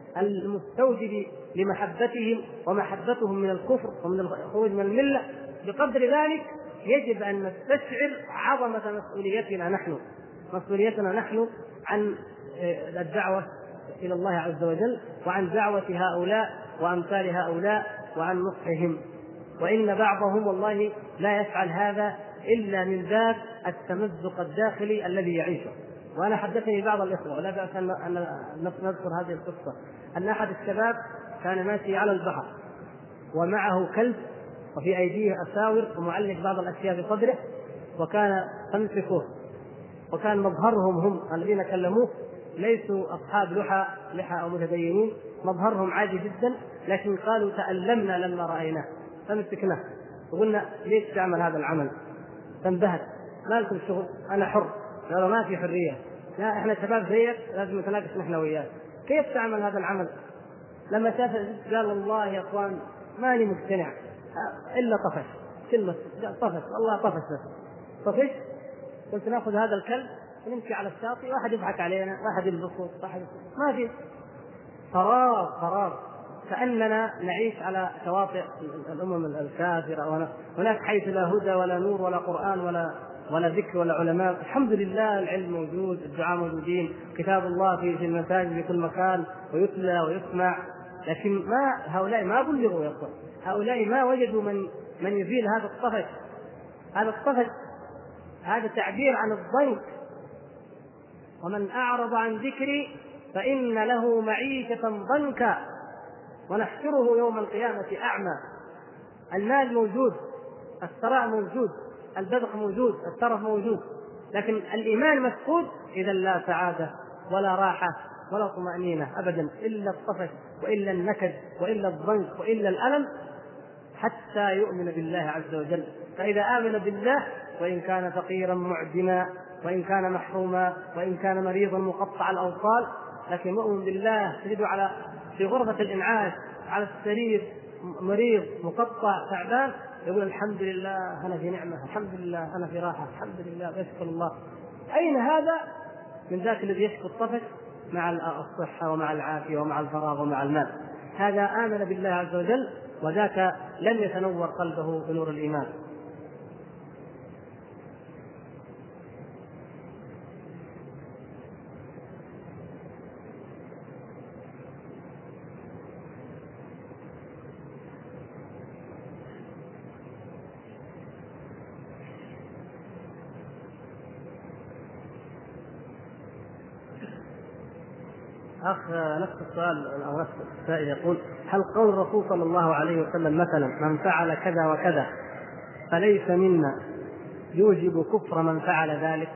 المستوجب لمحبتهم ومحبتهم من الكفر ومن الخروج من الملة. بقدر ذلك يجب أن نستشعر عظمة مسؤوليتنا نحن مسؤوليتنا نحن عن الدعوة إلى الله عز وجل وعن دعوة هؤلاء وأمثال هؤلاء وعن نصحهم. وإن بعضهم والله لا يفعل هذا إلا من باب التمزق الداخلي الذي يعيشه. وأنا حدثني بعض الإخوة ولا بأس أن نذكر هذه القصة، أن أحد الشباب كان ماشي على البحر ومعه كلب وفي أيديه أساور ومعلق بعض الأشياء بصدره، وكان تمسكه، وكان مظهرهم هم الذين كلموه ليسوا أصحاب لحى لحى أو متدينين، مظهرهم عادي جدا، لكن قالوا تألمنا لما رأيناه فمسكناه وقلنا ليش تعمل هذا العمل؟ فانبهت، ما لكم شغل؟ أنا حر. قالوا ما في حرية، لا إحنا شباب زيك لازم نتناقش نحن وياك، كيف تعمل هذا العمل؟ لما شاف قال الله يا أخوان ماني مقتنع إلا طفش كلمة طفش، الله طفش بس طفش. قلت نأخذ هذا الكلب ونمشي على الشاطئ، واحد يضحك علينا، واحد يلبسه، واحد ما في قرار قرار كأننا نعيش على شواطئ الأمم الكافرة، هناك حيث لا هدى ولا نور ولا قرآن ولا ولا ذكر ولا علماء. الحمد لله العلم موجود، الدعاء موجودين، كتاب الله في المساجد في كل مكان ويتلى ويسمع، لكن ما هؤلاء ما بلغوا يا اخوان، هؤلاء ما وجدوا من من يزيل هذا الطفش. هذا الطفش هذا تعبير عن الضنك. ومن أعرض عن ذكري فإن له معيشة ضنكا ونحشره يوم القيامة أعمى. المال موجود، الثراء موجود، البذخ موجود، الترف موجود، لكن الإيمان مفقود، إذا لا سعادة ولا راحة ولا طمأنينة أبدا، إلا الطفش وإلا النكد وإلا الضنك وإلا الألم، حتى يؤمن بالله عز وجل. فإذا آمن بالله وإن كان فقيرا معدما، وإن كان محروما، وإن كان مريضا مقطع الأوصال، لكن مؤمن بالله تجده على في غرفة الإنعاش على السرير مريض مقطع تعبان، يقول الحمد لله أنا في نعمة، الحمد لله أنا في راحة، الحمد لله يشكر الله. أين هذا من ذاك الذي يشكو الطفش مع الصحة ومع العافية ومع الفراغ ومع المال؟ هذا آمن بالله عز وجل، وذاك لم يتنور قلبه بنور الإيمان. أخ نفس السؤال أو نفس السائل يقول: هل قول الرسول صلى الله عليه وسلم مثلا من فعل كذا وكذا فليس منا يوجب كفر من فعل ذلك؟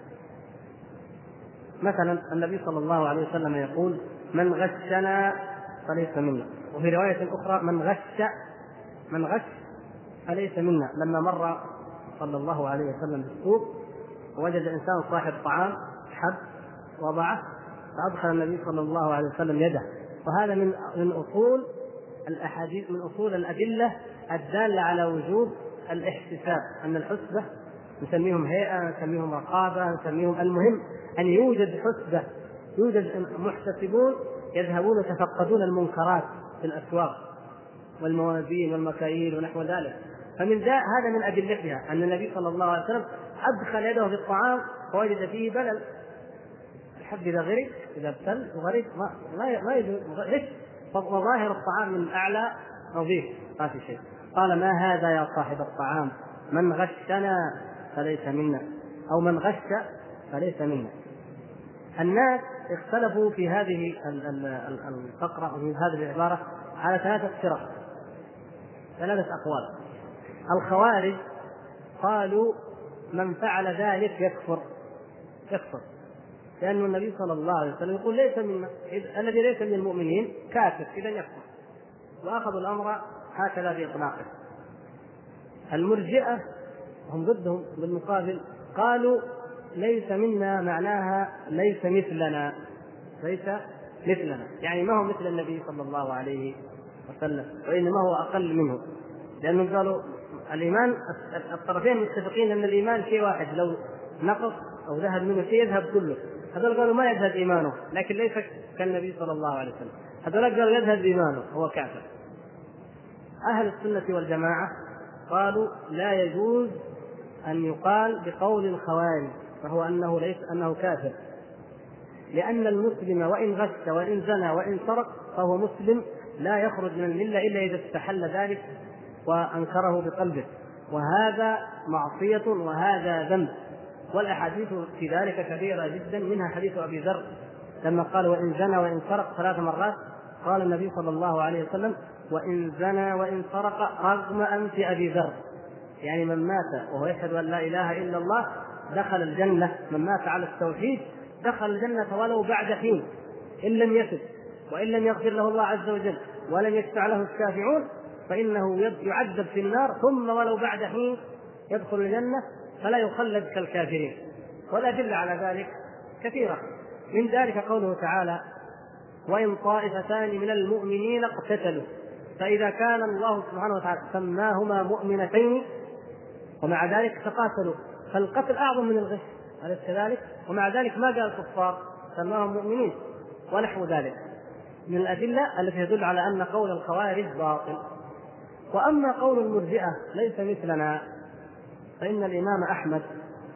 مثلا النبي صلى الله عليه وسلم يقول: من غشنا فليس منا، وفي رواية أخرى: من غش من غش فليس منا. لما مر صلى الله عليه وسلم بالسوق ووجد إنسان صاحب طعام حب وضعه، فأدخل النبي صلى الله عليه وسلم يده. وهذا من من أصول الأحاديث، من أصول الأدلة الدالة على وجوب الاحتساب، أن الحسبة نسميهم هيئة، نسميهم رقابة، نسميهم، المهم أن يوجد حسبة، يوجد محتسبون يذهبون يتفقدون المنكرات في الأسواق والموازين والمكاييل ونحو ذلك. فمن ذا هذا من أدلتها أن النبي صلى الله عليه وسلم أدخل يده في الطعام فوجد فيه بلل. الحب إذا غرق إذا ابتل وغرق ما ما ما يجوز غش، وظاهر الطعام من أعلى نظيف ما في شيء. قال: ما هذا يا صاحب الطعام؟ من غشنا فليس منا، أو من غش فليس منا. الناس اختلفوا في هذه الفقرة أو في هذه العبارة على ثلاثة فرق، ثلاثة أقوال. الخوارج قالوا: من فعل ذلك يكفر يكفر لأن النبي صلى الله عليه وسلم يقول: ليس منا، الذي ليس من المؤمنين كافر، إذا يكفر، وأخذوا الأمر هكذا بإطلاقه. المرجئة هم ضدهم بالمقابل قالوا: ليس منا معناها ليس مثلنا، ليس مثلنا، يعني ما هو مثل النبي صلى الله عليه وسلم، وإنما هو أقل منه، لأنهم قالوا الإيمان الطرفين متفقين أن الإيمان شيء واحد، لو نقص أو ذهب منه شيء يذهب كله. هذول قالوا ما يذهب إيمانه، لكن ليس كالنبي صلى الله عليه وسلم. هذول قالوا يذهب إيمانه، هو كافر. أهل السنة والجماعة قالوا: لا يجوز أن يقال بقول الخوارج فهو أنه ليس أنه كافر، لأن المسلم وإن غش وإن زنى وإن سرق فهو مسلم لا يخرج من الملة إلا إذا استحل ذلك وأنكره بقلبه، وهذا معصية وهذا ذنب. والأحاديث في ذلك كثيرة جدا، منها حديث أبي ذر لما قال: وإن زنى وإن سرق ثلاث مرات، قال النبي صلى الله عليه وسلم: وإن زنى وإن سرق رغم أنف أبي ذر، يعني من مات وهو يشهد أن لا إله إلا الله دخل الجنة، من مات على التوحيد دخل الجنة ولو بعد حين، إن لم يتب وإن لم يغفر له الله عز وجل ولم يشفع له الشافعون فإنه يعذب في النار، ثم ولو بعد حين يدخل الجنة فلا يخلد كالكافرين. والأدلة على ذلك كثيرة، من ذلك قوله تعالى: وإن طائفتان من المؤمنين اقتتلوا، فإذا كان الله سبحانه وتعالى سماهما مؤمنتين ومع ذلك تقاتلوا، فالقتل أعظم من الغش، أليس كذلك؟ ومع ذلك ما قال الكفار، سماهم مؤمنين ونحو ذلك من الأدلة التي تدل على أن قول الخوارج باطل. وأما قول المرجئة ليس مثلنا، فإن الإمام أحمد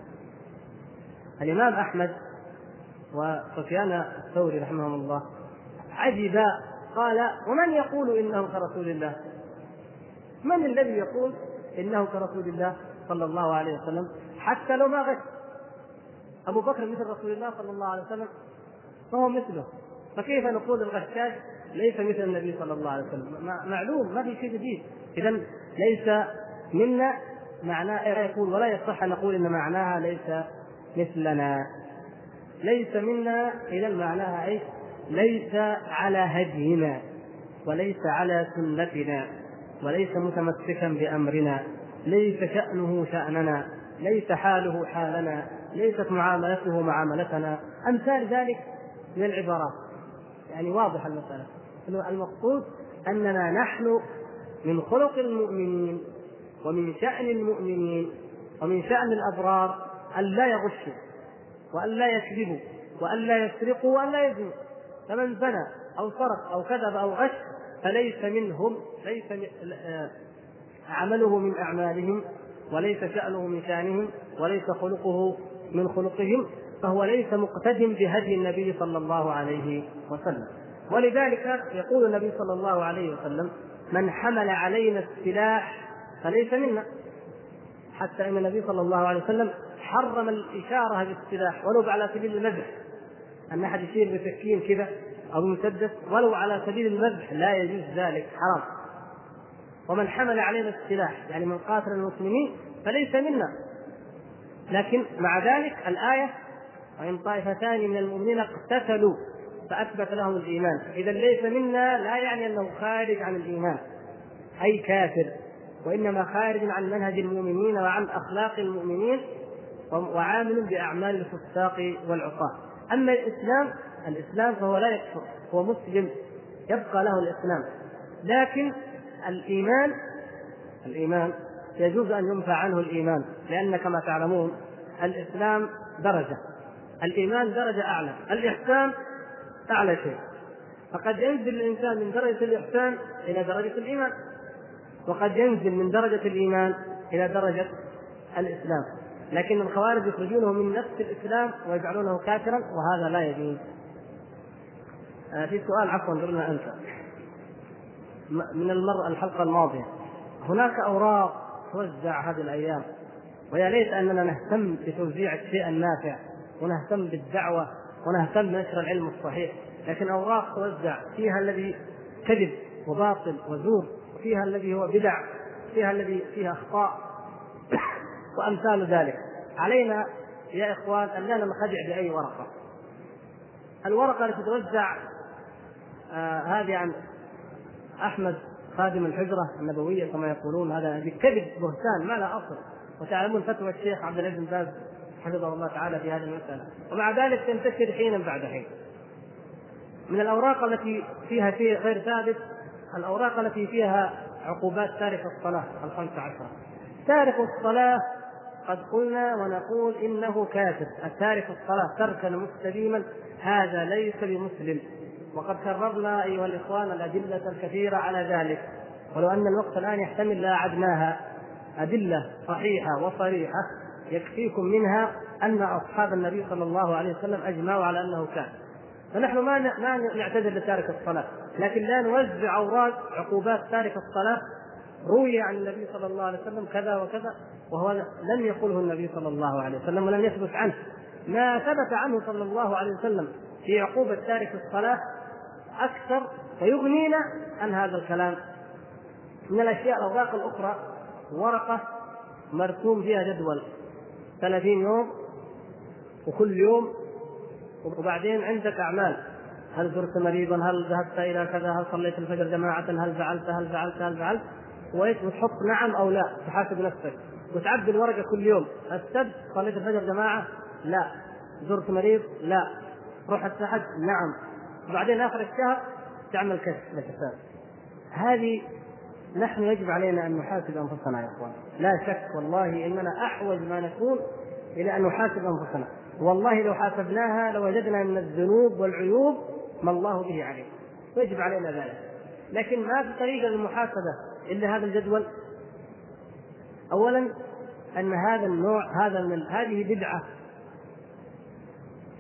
الإمام أحمد وسفيان الثوري رحمهم الله عجبا، قال: ومن يقول إنه كرسول الله؟ من الذي يقول إنه كرسول الله صلى الله عليه وسلم حتى لو ما غش؟ أبو بكر مثل رسول الله صلى الله عليه وسلم فهو مثله، فكيف نقول الغشاش ليس مثل النبي صلى الله عليه وسلم؟ معلوم، ما في شيء جديد. إذن ليس منا معناه يقول، ولا يصح أن نقول إن معناها ليس مثلنا. ليس منا إذن معناها أي ليس على هدينا، وليس على سنتنا، وليس متمسكا بأمرنا، ليس شأنه شأننا، ليس حاله حالنا، ليست معاملته معاملتنا، أمثال ذلك من العبارات. يعني واضح المسألة. المقصود أننا نحن من خلق المؤمنين ومن شأن المؤمنين ومن شأن الأبرار أن لا يغشوا وأن لا يكذبوا وأن لا يسرقوا وأن لا يزنوا. فمن زنى أو سرق أو كذب أو غش فليس منهم، ليس عمله من أعمالهم، وليس شأنه من شأنهم، وليس خلقه من خلقهم، فهو ليس مقتدم بهدي النبي صلى الله عليه وسلم. ولذلك يقول النبي صلى الله عليه وسلم: من حمل علينا السلاح فليس منا. حتى ان النبي صلى الله عليه وسلم حرم الإشارة بالسلاح ولو على سبيل المزح، أن أحد يشير بسكين كذا أو مسدس ولو على سبيل المزح لا يجوز ذلك، حرام. ومن حمل علينا السلاح يعني من قاتل المسلمين فليس منا. لكن مع ذلك الآية: وإن طائفتان من المؤمنين اقتتلوا فأثبت لهم الإيمان. إذا ليس منا لا يعني أنه خارج عن الإيمان أي كافر، وإنما خارج عن منهج المؤمنين وعن أخلاق المؤمنين وعامل بأعمال الفساق والعصاة. أما الإسلام الإسلام فهو لا يكفر، هو مسلم يبقى له الإسلام. لكن الإيمان الإيمان يجوز أن ينفع عنه الإيمان، لأن كما تعلمون الإسلام درجة، الإيمان درجة أعلى، الإحسان أعلى شيء. فقد ينزل الإنسان من درجة الإحسان إلى درجة الإيمان، وقد ينزل من درجة الإيمان إلى درجة الإسلام. لكن الخوارج يخرجونه من نفس الإسلام ويجعلونه كافرا، وهذا لا يجوز. آه في سؤال عفوا قبل أنت من المرة الحلقة الماضية، هناك أوراق توزع هذه الأيام، ويا ليت أننا نهتم بتوزيع الشيء النافع ونهتم بالدعوة ونهتم بنشر العلم الصحيح، لكن أوراق توزع فيها الذي كذب وباطل وزور، وفيها الذي هو بدع، فيها الذي فيها أخطاء وأمثال ذلك. علينا يا إخوان أن لا ننخدع بأي ورقة. الورقة التي توزع آه هذه عن أحمد خادم الحجرة النبوية كما يقولون، هذا بكذب بهتان ما لا أصل، وتعلمون فتوى الشيخ عبد العزيز بن باز حفظه الله تعالى في هذه المسألة، ومع ذلك تنتشر حينا بعد حين. من الأوراق التي فيها شيء غير ثابت الأوراق التي فيها عقوبات تارك الصلاة الخمس عشر. تارك الصلاة قد قلنا ونقول إنه كافر، التارك الصلاة تركا مستديما هذا ليس بمسلم، وقد كررنا أيها الإخوان الأدلة الكثيرة على ذلك، ولو أن الوقت الآن يحتمل لا أعدناها. أدلة صحيحة وصريحة يكفيكم منها أن أصحاب النبي صلى الله عليه وسلم أجمعوا على أنه كافر. فنحن ما ما نعتذر لتارك الصلاة، لكن لا نوزع أوراق عقوبات تارك الصلاة. روي عن النبي صلى الله عليه وسلم كذا وكذا، وهو لم يقله النبي صلى الله عليه وسلم ولم يثبت عنه. ما ثبت عنه صلى الله عليه وسلم في عقوبة تارك الصلاة أكثر، فيغنينا عن هذا الكلام. من الأشياء الأوراق الأخرى ورقة مرسوم فيها جدول ثلاثين يوم، وكل يوم وبعدين عندك أعمال، هل زرت مريضا، هل ذهبت إلى كذا، هل صليت الفجر جماعة، هل فعلت هل فعلت هل فعلت وتحط نعم أو لا، تحاسب نفسك وتعدل الورقة كل يوم. السبت صليت الفجر جماعة؟ لا. زرت مريض؟ لا. رحت الحج؟ نعم. وبعدين آخر الشهر تعمل كشف للحساب. هذه نحن يجب علينا أن نحاسب أنفسنا يا أخوان، لا شك والله إننا أحوج ما نكون إلى أن نحاسب أنفسنا. والله لو حاسبناها لوجدنا من الذنوب والعيوب ما الله به عليه، ويجب علينا ذلك. لكن ما في طريقة للمحاسبة إلا هذا الجدول. أولا أن هذا النوع هذا من هذه بدعة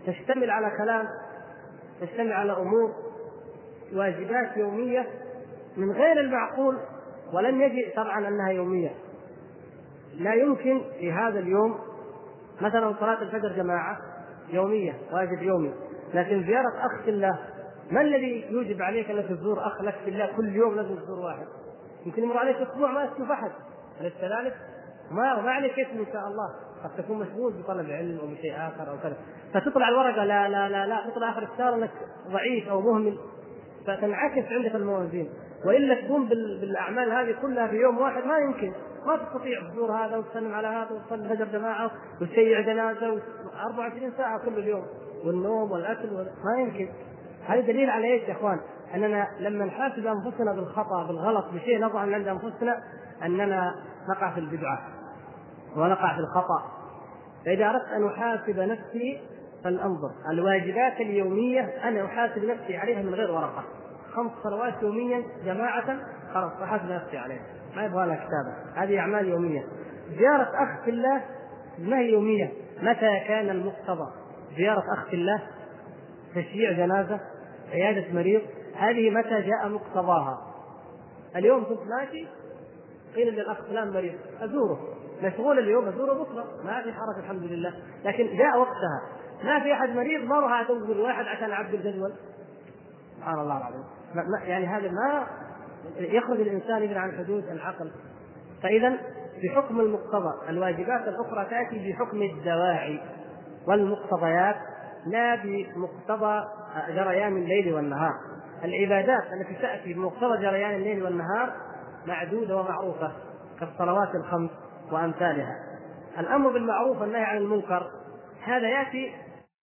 تشتمل على كلام، تشتمل على أمور واجبات يومية من غير المعقول، ولم يجئ طبعا أنها يومية. لا يمكن في هذا اليوم مثلا صلاة الفجر جماعة يومية، واجب يومي، لكن زيارة أخ في الله، ما الذي يوجب عليك أنك تزور أخ لك في الله كل يوم؟ لازم تزور واحد، يمكن يمر عليك أسبوع ما تشوف أحد، أليس كذلك؟ ما ما عليك اسم إن شاء الله، قد تكون مشغول بطلب علم أو بشيء آخر أو كذا، فتطلع الورقة لا لا لا لا تطلع آخر الشهر أنك ضعيف أو مهمل، فتنعكس عندك الموازين. وإلا تقوم بالأعمال هذه كلها في يوم واحد ما يمكن، ما تستطيع تزور هذا وتسلم على هذا وتصلي فجر جماعة وتشيع جنازة أربعة وعشرين ساعة كل اليوم، والنوم والأكل ما يمكن. هذا دليل على ايش يا اخوان؟ اننا لما نحاسب انفسنا بالخطأ بالغلط بشيء نضع عند انفسنا اننا نقع في البدعة ونقع في الخطأ. فإذا أردت أن أحاسب نفسي فلأنظر الواجبات اليومية أنا أحاسب نفسي عليها من غير ورقة، خمس صلوات يوميا جماعة خلاص أحاسب نفسي عليها، ما يبغى لها كتابة، هذه أعمال يومية. زيارة أخ في الله ما هي يومية. متى كان المقتضى زيارة أخ في الله؟ تشييع جنازة، عيادة مريض، هذه متى جاء مقتضاها؟ اليوم كنت ماشي قيل للأخ فلان مريض أزوره، مشغول اليوم أزوره بكرة، ما في حرج الحمد لله، لكن جاء وقتها ما في أحد مريض ما راح أتوظف واحد عشان أعبد الجدول. سبحان الله العظيم، يعني هذا ما يخرج الإنسان إذن عن حدود العقل. فإذا بحكم المقتضى الواجبات الأخرى تأتي بحكم الدواعي والمقتضيات لا بمقتضى جريان الليل والنهار. العبادات التي تأتي بمقتضى جريان الليل والنهار معدودة ومعروفة كالصلوات الخمس وأمثالها. الأمر بالمعروف والنهي عن المنكر هذا يأتي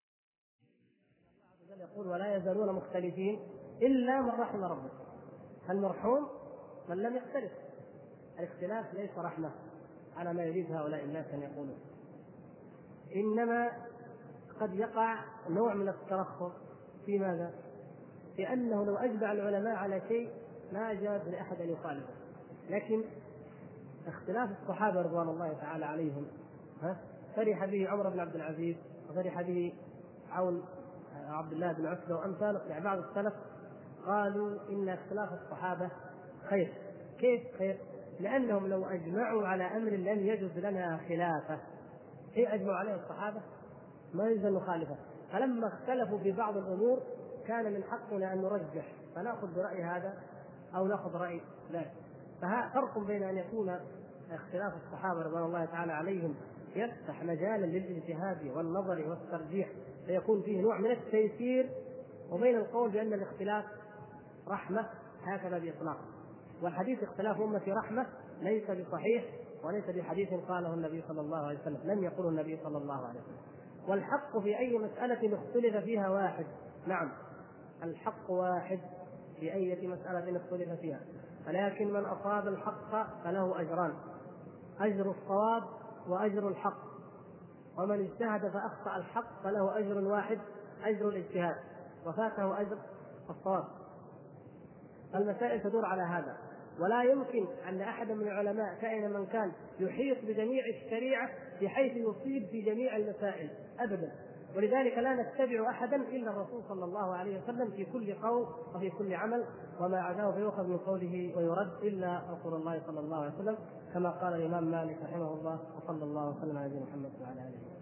يقول ولا يزالون مختلفين إلا من رحم ربك. المرحوم من لم يختلف. الاختلاف ليس رحمة على ما يريد هؤلاء الناس أن يقولوا، إنما قد يقع نوع من الترخص في ماذا؟ في أنه لو أجمع العلماء على شيء ما جاز لأحد أن يخالفه. لكن اختلاف الصحابة رضوان الله تعالى عليهم ها فرح به عمر بن عبد العزيز وفرح به عون عبد الله بن عتبة وأمثاله. يعني بعض السلف قالوا إن اختلاف الصحابة خير. كيف خير؟ لأنهم لو أجمعوا على أمر لم يجوز لنا خلافه. إيه أجمعوا عليه الصحابة؟ ما يجوز نخالفه. فلما اختلفوا في بعض الأمور كان من حقنا أن نرجح فنأخذ برأي هذا أو نأخذ رأي ذاك. فها فرق بين أن يكون اختلاف الصحابة رضوان الله تعالى عليهم يفتح مجالا للاجتهاد والنظر والترجيح فيكون فيه نوع من التيسير، وبين القول بأن الاختلاف رحمة هكذا بإطلاق. والحديث اختلاف أمتي رحمة ليس بصحيح وليس بحديث قاله النبي صلى الله عليه وسلم، لم يقله النبي صلى الله عليه وسلم. والحق في أي مسألة اختلف فيها واحد. نعم الحق واحد في أي مسألة اختلف فيها، ولكن من أصاب الحق فله أجران، أجر الصواب وأجر الحق، ومن اجتهد فأخطأ الحق فله أجر واحد أجر الاجتهاد وفاته أجر الصواب. المسائل تدور على هذا، ولا يمكن أن أحد من العلماء كائن من كان يحيط بجميع الشريعة بحيث يصيب في جميع المسائل أبدا. ولذلك لا نتبع أحدا إلا الرسول صلى الله عليه وسلم في كل قول وفي كل عمل، وما عداه فيؤخذ من قوله ويرد إلا رسول الله صلى الله عليه وسلم، كما قال الإمام مالك رحمه الله. وصلى الله وسلم على نبينا محمد وعلى آله.